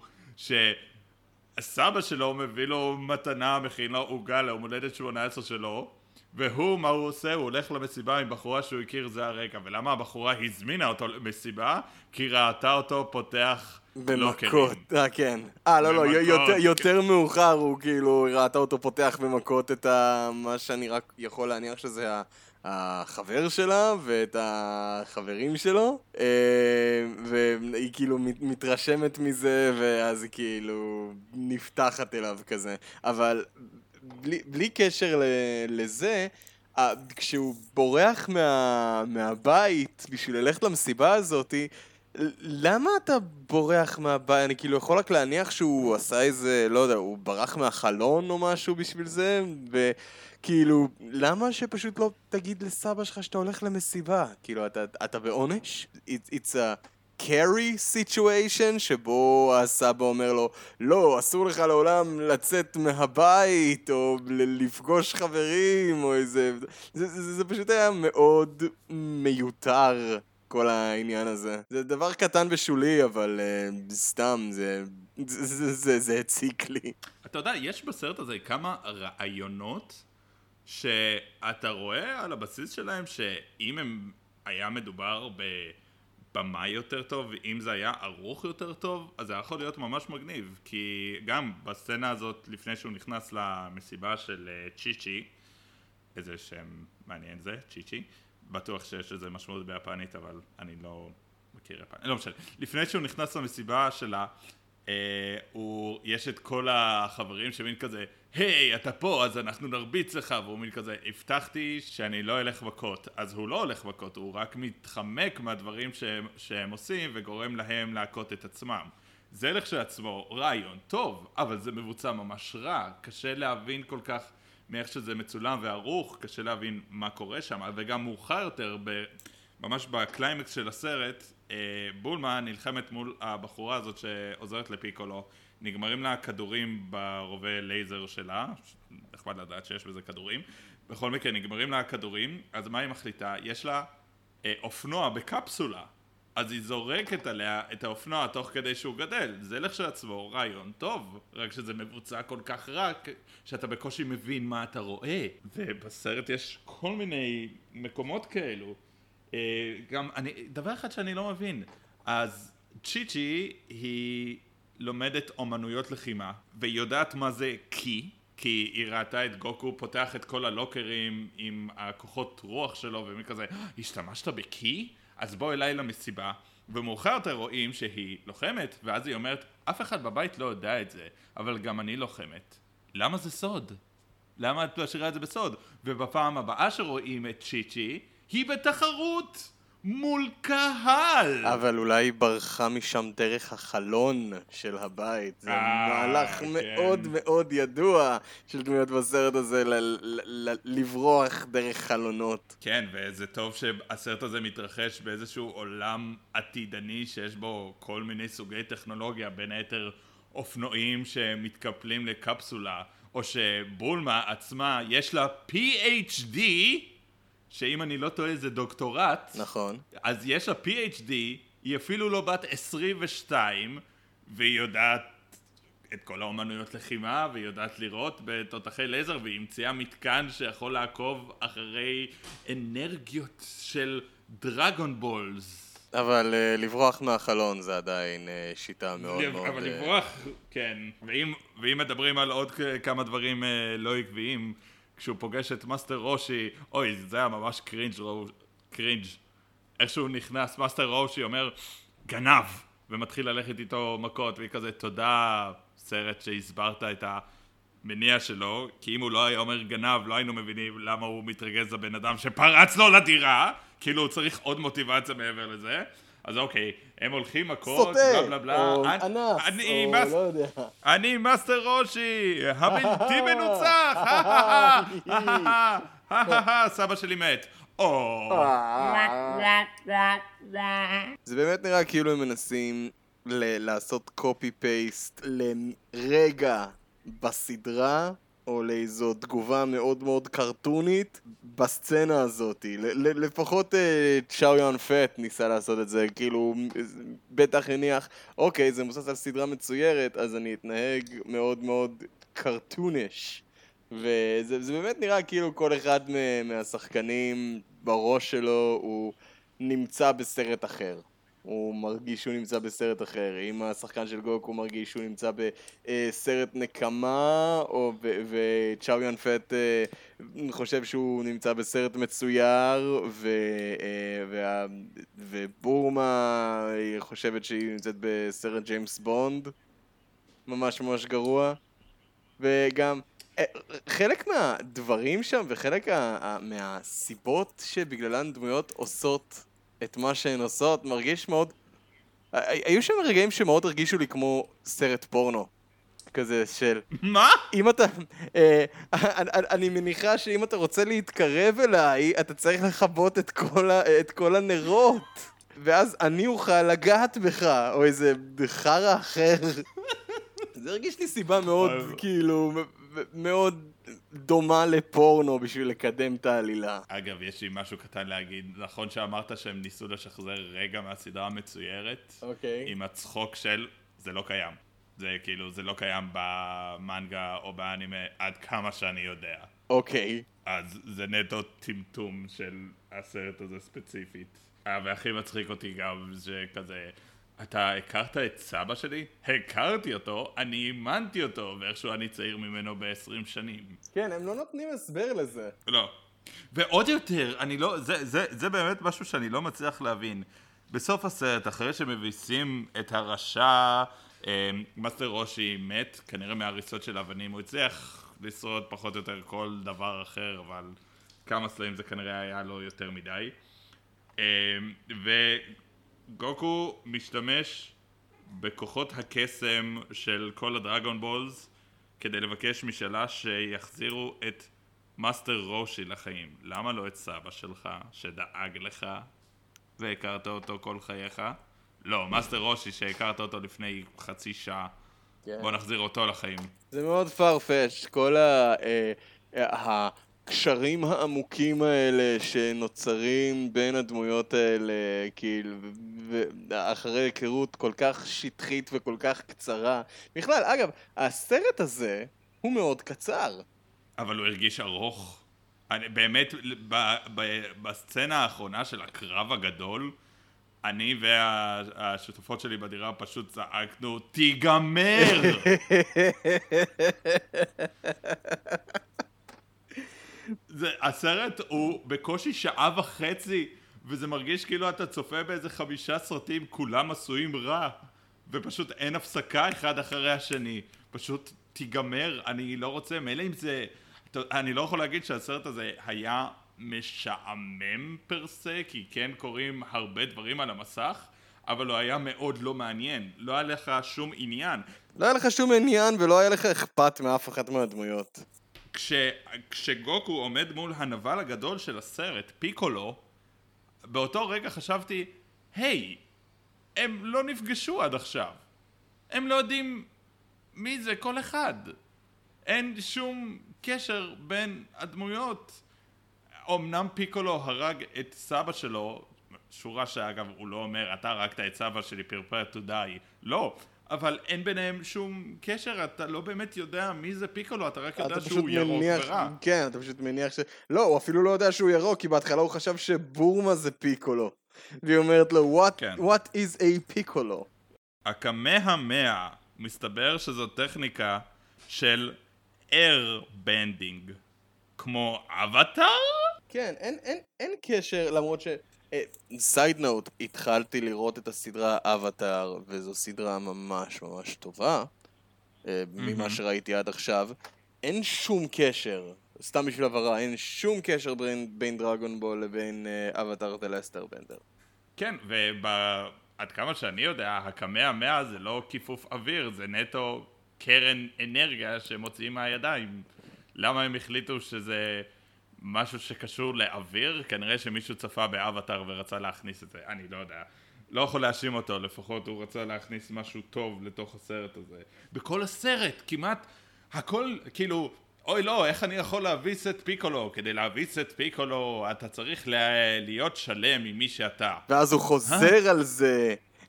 שסבא שלו מביא לו מתנה, מכין לו עוגה ליום הולדת 18 שלו, והוא, מה הוא עושה? הוא הולך למסיבה עם בחורה שהוא הכיר, זה הרקע. ולמה הבחורה הזמינה אותו למסיבה? כי ראתה אותו פותח לוקרים. במכות, כן. לא, יותר מאוחר הוא כאילו ראתה אותו פותח במכות את מה שאני רק יכול להניח שזה החבר שלה ואת החברים שלו, והיא כאילו מתרשמת מזה, ואז היא כאילו נפתחת אליו כזה. אבל בלי קשר לזה, כשהוא בורח מהבית בשביל ללכת למסיבה הזאת, למה אתה בורח מהבית? אני כאילו יכול רק להניח שהוא עשה איזה, לא יודע, הוא ברח מהחלון או משהו בשביל זה, וכאילו, למה שפשוט לא תגיד לסבא שלך שאתה הולך למסיבה? כאילו, אתה בעונש? It's a carry situation שבו הסבא אומר לו, לא, אסור לך לעולם לצאת מהבית או לפגוש חברים או איזה... זה פשוט היה מאוד מיותר. כל העניין הזה. זה דבר קטן ושולי, אבל סתם, זה הציק לי. אתה יודע, יש בסרט הזה כמה רעיונות שאתה רואה על הבסיס שלהם, שאם הם היה מדובר בבמה יותר טוב, אם זה היה ערוך יותר טוב, אז זה יכול להיות ממש מגניב. כי גם בסצנה הזאת, לפני שהוא נכנס למסיבה של צ'יצ'י, איזה שם מעניין זה, צ'יצ'י, בטוח שיש איזה משמעות ביפנית, אבל אני לא מכיר יפנית. לא משנה. לפני שהוא נכנס למסיבה שלה, יש את כל החברים שמין כזה, היי, אתה פה, אז אנחנו נרביץ לך, והוא מין כזה, הבטחתי שאני לא אלך מכות. אז הוא לא הולך מכות, הוא רק מתחמק מהדברים שהם עושים, וגורם להם להכות את עצמם. זה לכשעצמו רעיון טוב, אבל זה מבוצע ממש רע. קשה להבין כל כך מאיך שזה מצולם וערוך, קשה להבין מה קורה שם, וגם מאוחר יותר, ממש בקליימקס של הסרט, בולמה נלחמת מול הבחורה הזאת שעוזרת לפיקולו, נגמרים לה כדורים ברובה לייזר שלה, נחמד לדעת שיש בזה כדורים, בכל מקרה נגמרים לה כדורים, אז מה היא מחליטה? יש לה אופנוע בקפסולה, אז היא זורקת עליה את האופנוע תוך כדי שהוא גדל. זה לכשעצמו רעיון טוב, רק שזה מבוצע כל כך רע, שאתה בקושי מבין מה אתה רואה. ובסרט יש כל מיני מקומות כאלו. גם דבר אחד שאני לא מבין, אז צ'יצ'י היא לומדת אומנויות לחימה, והיא יודעת מה זה קי, כי היא ראתה את גוקו פותח את כל הלוקרים עם הכוחות רוח שלו, ומי כזה, השתמשת בקי? אז בוא אליי למסיבה, ומאוחר יותר רואים שהיא לוחמת, ואז היא אומרת, אף אחד בבית לא יודע את זה, אבל גם אני לוחמת. למה זה סוד? למה את משאירה את זה בסוד? ובפעם הבאה שרואים את צ'יצ'י, היא בתחרות מול קהל. אבל אולי היא ברחה משם דרך החלון של הבית. זה מהלך מאוד מאוד ידוע של דמויות בסרט הזה, לברוח דרך חלונות. כן, וזה טוב שהסרט הזה מתרחש באיזשהו עולם עתידני שיש בו כל מיני סוגי טכנולוגיה, בין היתר אופנועים שמתקפלים לקפסולה, או שבולמה עצמה יש לה PhD, שאם אני לא טועה זה דוקטורט. נכון. אז יש לה PhD, היא אפילו לא בת 22, והיא יודעת את כל האומנויות לחימה, והיא יודעת לראות בתותחי לייזר, והיא המציאה מתקן שיכול לעקוב אחרי אנרגיות של דרגון בולס. אבל לברוח מהחלון זה עדיין שיטה מאוד מאוד... אבל לברוח, כן. ואם מדברים על עוד כמה דברים לא עקביים, כשהוא פוגש את מאסטר רושי, אוי, זה היה ממש קרינג'. איכשהו נכנס, מאסטר רושי אומר, גנב, ומתחיל ללכת איתו מכות, והיא כזה, תודה, סרט שהסברת את המניע שלו, כי אם הוא לא היה אומר גנב, לא היינו מבינים למה הוא מתרגז לבן אדם שפרץ לו לדירה, כאילו הוא צריך עוד מוטיבציה מעבר לזה. אז אוקיי, הם הולכים מכות, בלה בלה בלה. או אנס, או לא יודע. אני מאסטר רושי, הבלתי מנוצח, סבא שלי מת. זה באמת נראה כאילו הם מנסים לעשות קופי פייסט לרגע בסדרה, או לאיזו תגובה מאוד מאוד קרטונית בסצנה הזאת. לפחות צ'או יואן פט ניסה לעשות את זה, כאילו בטח הניח, אוקיי, זה מבוסס על סדרה מצוירת, אז אני אתנהג מאוד מאוד קרטוניש. וזה באמת נראה כאילו כל אחד מהשחקנים בראש שלו הוא נמצא בסרט אחר. הוא מרגיש שהוא נמצא בסרט אחר. אם השחקן של גוקו מרגיש שהוא נמצא בסרט נקמה, וצ'או יאן פט חושב שהוא נמצא בסרט מצויר, ובורמה חושבת שהיא נמצאת בסרט ג'יימס בונד, ממש ממש גרוע. וגם חלק מהדברים שם וחלק מהסיבות שבגללן דמויות עושות את מה שהן עושות מרגיש מאוד... היו שם רגעים שמאוד הרגישו לי כמו סרט פורנו כזה של... מה? אם אתה... אני מניחה שאם אתה רוצה להתקרב אליי אתה צריך לכבות את כל הנרות ואז אני אוכל לגעת בך או איזה חרא אחר. זה הרגיש לי סיבה מאוד, כאילו, מאוד דומה לפורנו בשביל לקדם את העלילה. אגב, יש לי משהו קטן להגיד. נכון שאמרת שהם ניסו לשחזר רגע מהסדרה המצוירת? אוקיי. עם הצחוק של... זה לא קיים. זה כאילו, זה לא קיים במנגה או באנימה עד כמה שאני יודע. אוקיי. אז זה נטו טמטום של הסרט הזה ספציפית. והכי מצחיק אותי גם שכזה... אתה הכרת את סבא שלי? הכרתי אותו, אני אימנתי אותו, ואיכשהו אני צעיר ממנו ב-20 שנים. כן, הם לא נותנים הסבר לזה. לא. ועוד יותר, אני לא, זה באמת משהו שאני לא מצליח להבין. בסוף הסרט, אחרי שמביסים את הרשע, מאסטר רושי מת, כנראה מהריסות של אבנים, הוא הצליח לשרוד פחות או יותר כל דבר אחר, אבל כמה סלעים זה כנראה היה לו יותר מדי. גוקו משתמש בכוחות הקסם של כל הדרגון בולס כדי לבקש משאלה שיחזירו את מאסטר רושי לחיים. למה לא את סבא שלך שדאג לך והכרת אותו כל חייך? לא, מאסטר רושי שהכרת אותו לפני חצי שעה. בוא נחזיר אותו לחיים. זה מאוד farfetch, כל הקשרים העמוקים האלה שנוצרים בין הדמויות האלה, כאילו, אחרי היכרות כל כך שטחית וכל כך קצרה. בכלל, אגב, הסרט הזה הוא מאוד קצר. אבל הוא הרגיש ארוך. באמת, בסצנה האחרונה של הקרב הגדול, אני והשותפות שלי בדירה פשוט צעקנו, תיגמר! הסרט הוא בקושי שעה וחצי, וזה מרגיש כאילו אתה צופה באיזה 5 סרטים, כולם עשויים רע, ופשוט אין הפסקה אחד אחרי השני. פשוט תיגמר, אני לא רוצה, מילא אם זה... אני לא יכול להגיד שהסרט הזה היה משעמם פרסה, כי כן קוראים הרבה דברים על המסך, אבל הוא היה מאוד לא מעניין. לא היה לך שום עניין. לא היה לך שום עניין ולא היה לך אכפת מאף אחת מהדמויות. כשגוקו עומד מול הנבל הגדול של הסרט, פיקולו, באותו רגע חשבתי, היי, הם לא נפגשו עד עכשיו. הם לא יודעים מי זה כל אחד. אין שום קשר בין הדמויות. אמנם פיקולו הרג את סבא שלו, שורה שאגב הוא לא אומר, אתה הרגת את סבא שלי, prepare to die. לא. אבל אין ביניהם שום קשר, אתה לא באמת יודע מי זה פיקולו, אתה רק יודע שהוא ירוק ורע. כן, אתה פשוט מניח לא, הוא אפילו לא יודע שהוא ירוק, כי בהתחלה הוא חשב שבורמה זה פיקולו. והיא אומרת לו, what is a פיקולו? הקמהמאה, מסתבר שזו טכניקה של airbending, כמו אבטר? כן, אין קשר, למרות ש... סייד נוט, התחלתי לראות את הסדרה אבטאר, וזו סדרה ממש ממש טובה, ממה שראיתי עד עכשיו. אין שום קשר, סתם בשביל הבהרה, אין שום קשר בין דרגון בול לבין אבטאר The Last Airbender. כן, ועד כמה שאני יודע, הקמהמאה זה לא כיפוף אוויר, זה נטו קרן אנרגיה שמוציאים מהידיים. למה הם החליטו שזה... משהו שקשור לאוויר? כנראה שמישהו צפה באבטאר ורצה להכניס את זה, אני לא יודע. לא יכול להאשים אותו, לפחות הוא רצה להכניס משהו טוב לתוך הסרט הזה. בכל הסרט, כמעט הכל, כאילו, אוי לא, איך אני יכול להביס את פיקולו? כדי להביס את פיקולו, אתה צריך להיות שלם עם מי שאתה. ואז הוא חוזר על זה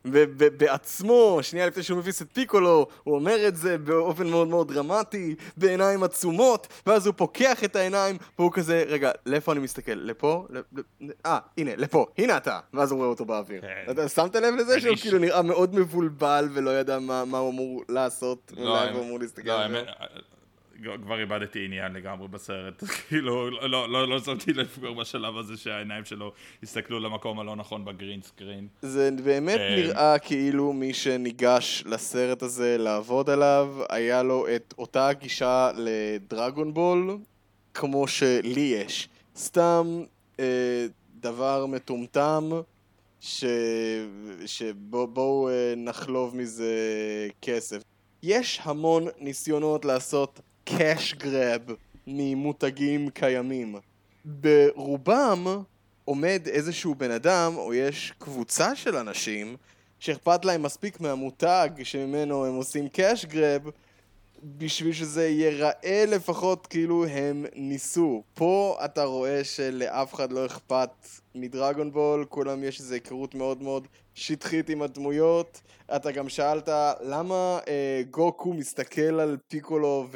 ובעצמו, שנייה לפני שהוא מביס את פיקולו, הוא אומר את זה באופן מאוד מאוד דרמטי, בעיניים עצומות, ואז הוא פוקח את העיניים, והוא כזה, רגע, לאיפה אני מסתכל? לפה? הנה, לפה, הנה אתה! ואז הוא רואה אותו באוויר. אתה שמת לב לזה שהוא כאילו נראה מאוד מבולבל, ולא ידע מה הוא אמור לעשות, ולאיפה הוא אמור להסתכל על זה? כבר איבדתי עניין לגמרי בסרט, כאילו לא שמתי לב כבר בשלב הזה שהעיניים שלו הסתכלו למקום הלא נכון בגרין סקרין. זה באמת נראה כאילו מי שניגש לסרט הזה לעבוד עליו, היה לו את אותה גישה לדרגון בול, כמו שלי יש. סתם דבר מטומטם, שבואו נחלוב מזה כסף. יש המון ניסיונות לעשות קאש גרב ממותגים קיימים. ברובם עומד איזשהו בן אדם, או יש קבוצה של אנשים, שאכפת להם מספיק מהמותג שממנו הם עושים קאש גרב, בשביל שזה ייראה לפחות כאילו הם ניסו. פה אתה רואה שלאף אחד לא אכפת מדרגון בול, כולם יש איזו היכרות מאוד מאוד שטחית עם הדמויות. אתה גם שאלת למה גוקו מסתכל על פיקולו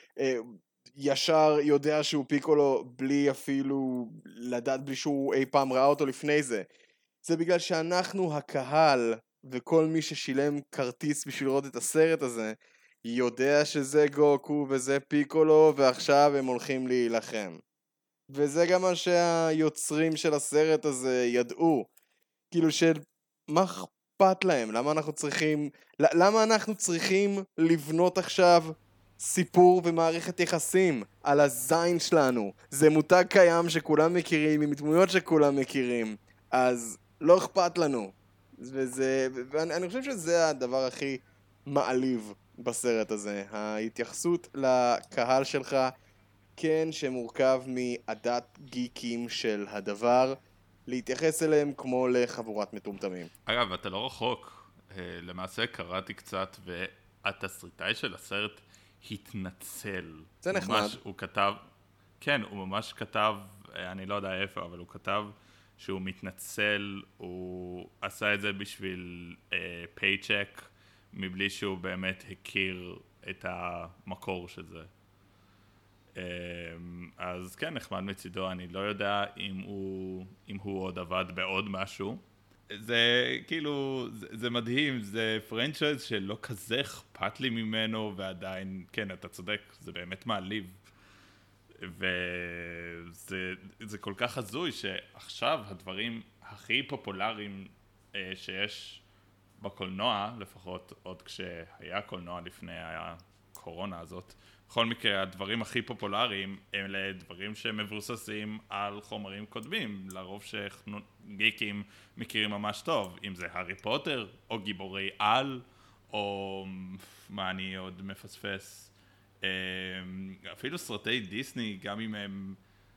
וישר יודע שהוא פיקולו בלי אפילו לדעת, בלי שהוא אי פעם ראה אותו לפני זה. זה בגלל שאנחנו הקהל וכל מי ששילם כרטיס בשביל לראות את הסרט הזה יודע שזה גוקו וזה פיקולו, ועכשיו הם הולכים להילחם. וזה גם מה שהיוצרים של הסרט הזה ידעו. כאילו מה אכפת להם? למה אנחנו צריכים לבנות עכשיו סיפור ומערכת יחסים על הזין שלנו? זה מותג קיים שכולם מכירים, עם דמויות שכולם מכירים. אז לא אכפת לנו. ואני חושב שזה הדבר הכי מעליב בסרט הזה, ההתייחסות לקהל שלך, כן, שמורכב מעדת גיקים של הדבר, להתייחס אליהם כמו לחבורת מטומטמים. אגב, אתה לא רחוק, למעשה קראתי קצת והתסריטאי של הסרט התנצל. זה נחמד. הוא כתב, כן, הוא ממש כתב, אני לא יודע איפה, אבל הוא כתב שהוא מתנצל, הוא עשה את זה בשביל פייצ'ק, מבלי שהוא באמת הכיר את המקור של זה. אז כן, נחמד מצידו, אני לא יודע אם הוא עוד עבד בעוד משהו. זה כאילו, זה מדהים, זה פרנצ'ייז שלא כזה אכפת לי ממנו, ועדיין, כן, אתה צודק, זה באמת מעליב. וזה כל כך הזוי שעכשיו הדברים הכי פופולריים שיש בקולנוע, לפחות עוד כשהיה קולנוע לפני הקורונה הזאת, בכל מקרה הדברים הכי פופולריים הם לדברים שמבוססים על חומרים קודמים, לרוב שגיקים מכירים ממש טוב, אם זה הארי פוטר או גיבורי על או מה אני עוד מפספס, אפילו סרטי דיסני, גם אם הם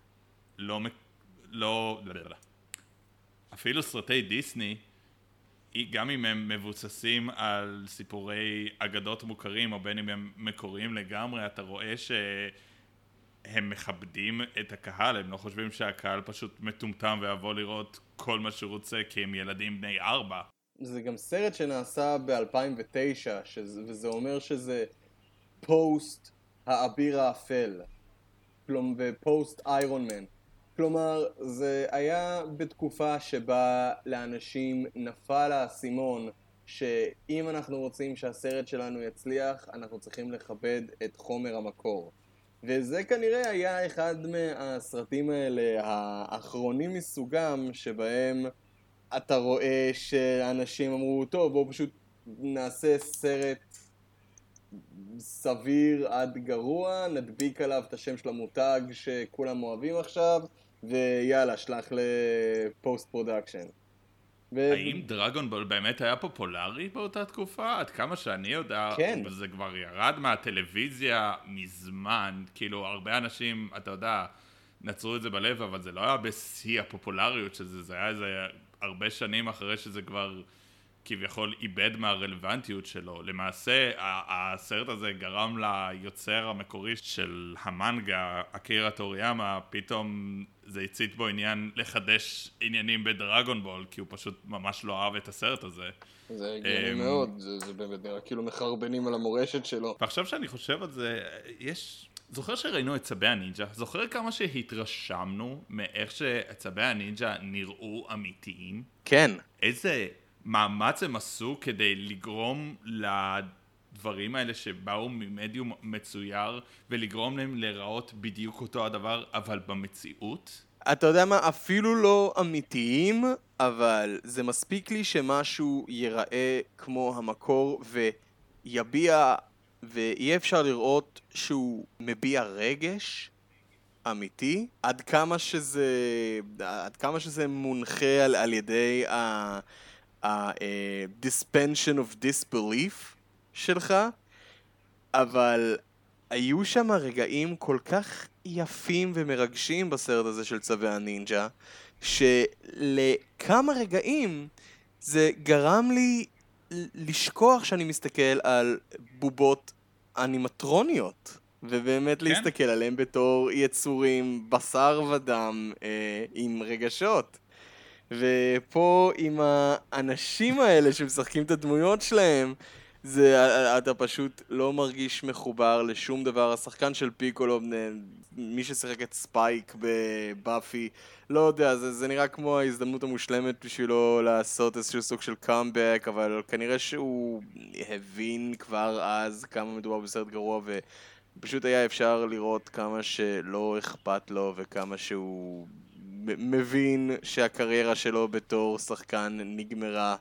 אפילו סרטי דיסני, גם אם הם מבוססים על סיפורי אגדות מוכרים, או בין אם הם מקוריים לגמרי, אתה רואה שהם מכבדים את הקהל, הם לא חושבים שהקהל פשוט מטומטם ויבוא לראות כל מה שהוא רוצה, כי הם ילדים בני 4. זה גם סרט שנעשה ב-2009, וזה אומר שזה פוסט האביר האפל, ופוסט איירון מן. כלומר, זה היה בתקופה שבה לאנשים נפל האסימון שאם אנחנו רוצים שהסרט שלנו יצליח, אנחנו צריכים לכבד את חומר המקור. וזה כנראה היה אחד מהסרטים האלה, האחרונים מסוגם, שבהם אתה רואה שאנשים אמרו, טוב, בואו פשוט נעשה סרט סביר עד גרוע, נדביק עליו את השם של המותג שכולם אוהבים עכשיו, ויאללה, שלח לפוסט פרודקשן. האם דרגון בול באמת היה פופולרי באותה תקופה? עד כמה שאני יודע, כן. וזה כבר ירד מהטלוויזיה מזמן, כאילו הרבה אנשים, אתה יודע, נצרו את זה בלב, אבל זה לא היה בשיא הפופולריות של זה, זה היה איזה הרבה שנים אחרי שזה כבר כביכול איבד מהרלוונטיות שלו. למעשה, הסרט הזה גרם ליוצר המקורי של המנגה, אקירה טוריאמה, פתאום זה הצית בו עניין לחדש עניינים בדרגון בול, כי הוא פשוט ממש לא אהב את הסרט הזה. זה הגיוני מאוד, זה באמת נראה כאילו מחרבנים על המורשת שלו. ועכשיו שאני חושב על זה, זוכר שראינו את צבי הנינג'ה? זוכר כמה שהתרשמנו מאיך שצבי הנינג'ה נראו אמיתיים? כן. איזה מאמץ הם עשו כדי לגרום לדברים האלה שבאו ממדיום מצויר ולגרום להם להיראות בדיוק אותו הדבר, אבל במציאות? אתה יודע מה? אפילו לא אמיתיים, אבל זה מספיק לי שמשהו ייראה כמו המקור ויביע, ויהיה אפשר לראות שהוא מביע רגש אמיתי, עד כמה שזה מונחה על ידי ה-dispension of disbelief שלך, אבל היו שם רגעים כל כך יפים ומרגשים בסרט הזה של צבי הנינג'ה, שלכמה רגעים זה גרם לי לשכוח שאני מסתכל על בובות אנימטרוניות, ובאמת להסתכל עליהם בתור יצורים בשר ודם עם רגשות. ופה עם האנשים האלה שמשחקים את הדמויות שלהם, אתה פשוט לא מרגיש מחובר לשום דבר. השחקן של פיקולו, מי ששיחק את ספייק בבאפי, לא יודע, זה נראה כמו ההזדמנות המושלמת בשבילו לעשות איזשהו סוג של קאמבק, אבל כנראה שהוא הבין כבר אז כמה מדובר בסרט גרוע, ופשוט היה אפשר לראות כמה שלא אכפת לו וכמה שהוא מבין שהקריירה שלו בתור שחקן נגמרה,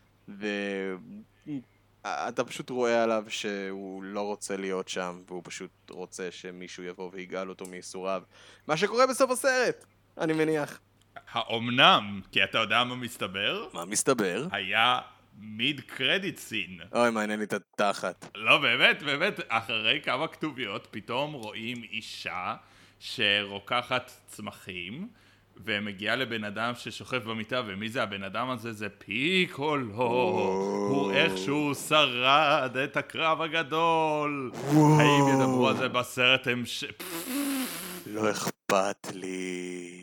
אתה פשוט רואה עליו שהוא לא רוצה להיות שם, והוא פשוט רוצה שמישהו יבוא ויגאל אותו מייסוריו. מה שקורה בסוף הסרט, אני מניח. האומנם, כי אתה יודע מה מסתבר? מה מסתבר? היה מיד קרדיט סין. אוי, מעניין לי את התחת. לא, באמת, באמת, אחרי כמה כתוביות פתאום רואים אישה שרוקחת צמחים, ומגיעה לבן אדם ששוכב במיטה, ומי זה הבן אדם הזה? זה פיקולו. הוא איכשהו שרד את הקרב הגדול. האם ידברו על זה בסרט לא אכפת לי.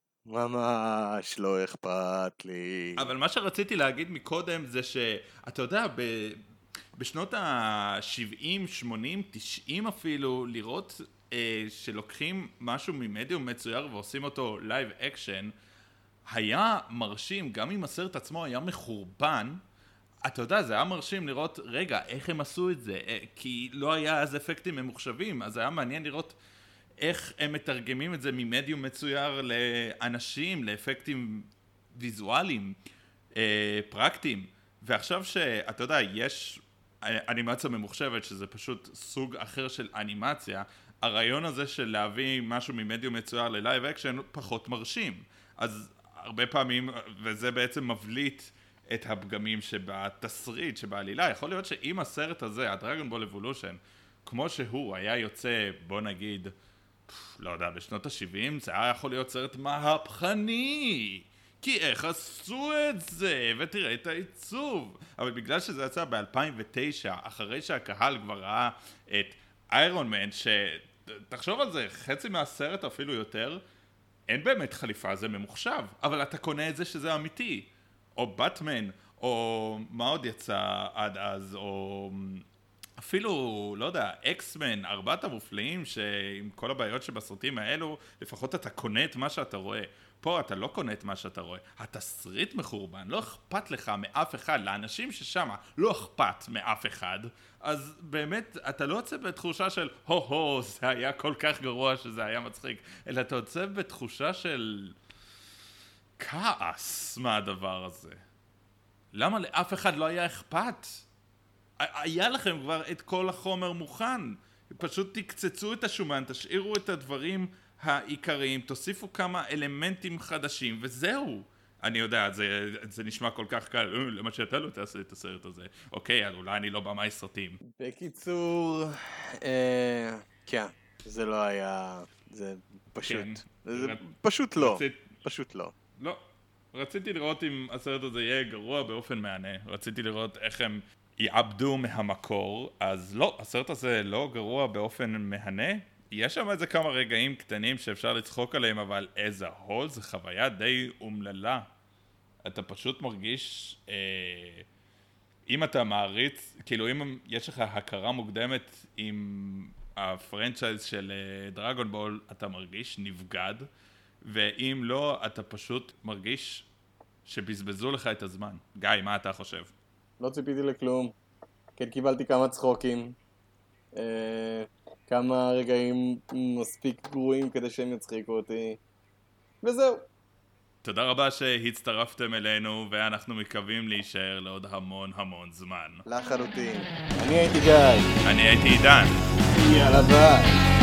ממש לא אכפת לי. אבל מה שרציתי להגיד מקודם זה שאתה יודע, בשנות ה-70, 80, 90 אפילו, לראות שלוקחים משהו ממדיום מצויר ועושים אותו לייב אקשן, היה מרשים, גם אם הסרט עצמו היה מחורבן, אתה יודע, זה היה מרשים לראות, רגע, איך הם עשו את זה? כי לא היה אז אפקטים ממוחשבים, אז היה מעניין לראות איך הם מתרגמים את זה ממדיום מצויר לאנשים, לאפקטים ויזואליים, פרקטיים. ועכשיו שאתה יודע, יש אנימציה ממוחשבת, שזה פשוט סוג אחר של אנימציה, הרעיון הזה של להביא משהו ממדיום מצויר ללייב אקשן פחות מרשים. אז הרבה פעמים, וזה בעצם מבליט את הפגמים שבתסריט, שבעלילה. יכול להיות שאם הסרט הזה, הדרגון בול אבולושן, כמו שהוא היה יוצא, בוא נגיד, לא יודע, בשנות ה-70, זה היה יכול להיות סרט מהפכני. כי איך עשו את זה? ותראה את העיצוב. אבל בגלל שזה יצא ב-2009, אחרי שהקהל כבר ראה את איירון מן, שתחשוב על זה, חצי מהסרט אפילו יותר, אין באמת חליפה, זה ממוחשב, אבל אתה קונה את זה שזה אמיתי. או באטמן, או מה עוד יצא עד אז, או אפילו, לא יודע, אקסמן, 4 המופלאים, שעם כל הבעיות שבסרטים האלו, לפחות אתה קונה את מה שאתה רואה. פה אתה לא קונה את מה שאתה רואה. התסריט מחורבן, לא אכפת לך מאף אחד, לאנשים ששם לא אכפת מאף אחד, אז באמת אתה לא יוצא בתחושה של הו, זה היה כל כך גרוע שזה היה מצחיק, אלא אתה יוצא בתחושה של כעס מהדבר הזה. למה לאף אחד לא היה אכפת? היה לכם כבר את כל החומר מוכן, פשוט תקצצו את השומן, תשאירו את הדברים העיקריים, תוסיפו כמה אלמנטים חדשים וזהו. אני יודע, זה נשמע כל כך קל, למה שאתה לא תעשה את הסרט הזה. אוקיי, אז אולי אני לא במאי סרטים. בקיצור, כן, זה לא היה, זה פשוט, זה פשוט לא, פשוט לא. לא, רציתי לראות אם הסרט הזה יהיה גרוע באופן מענה, רציתי לראות איך הם יעבדו מהמקור, אז לא, הסרט הזה לא גרוע באופן מהנה, יש שם איזה כמה רגעים קטנים שאפשר לצחוק עליהם, אבל as a whole זה חוויה די אומללה. אתה פשוט מרגיש, אם אתה מעריץ, כאילו אם יש לך הכרה מוקדמת עם הפרנצ'ייז של דרגון בול, אתה מרגיש נבגד, ואם לא, אתה פשוט מרגיש שבזבזו לך את הזמן. גיא, מה אתה חושב? לא ציפיתי לכלום. כן, קיבלתי כמה צחוקים. כמה רגעים מספיק גרועים כדי שהם יצחיקו אותי. וזהו. תודה רבה שהצטרפתם אלינו, ואנחנו מקווים להישאר לעוד המון המון זמן. לחלוטין. אני הייתי גיא. אני הייתי עידן. יאללה ביי.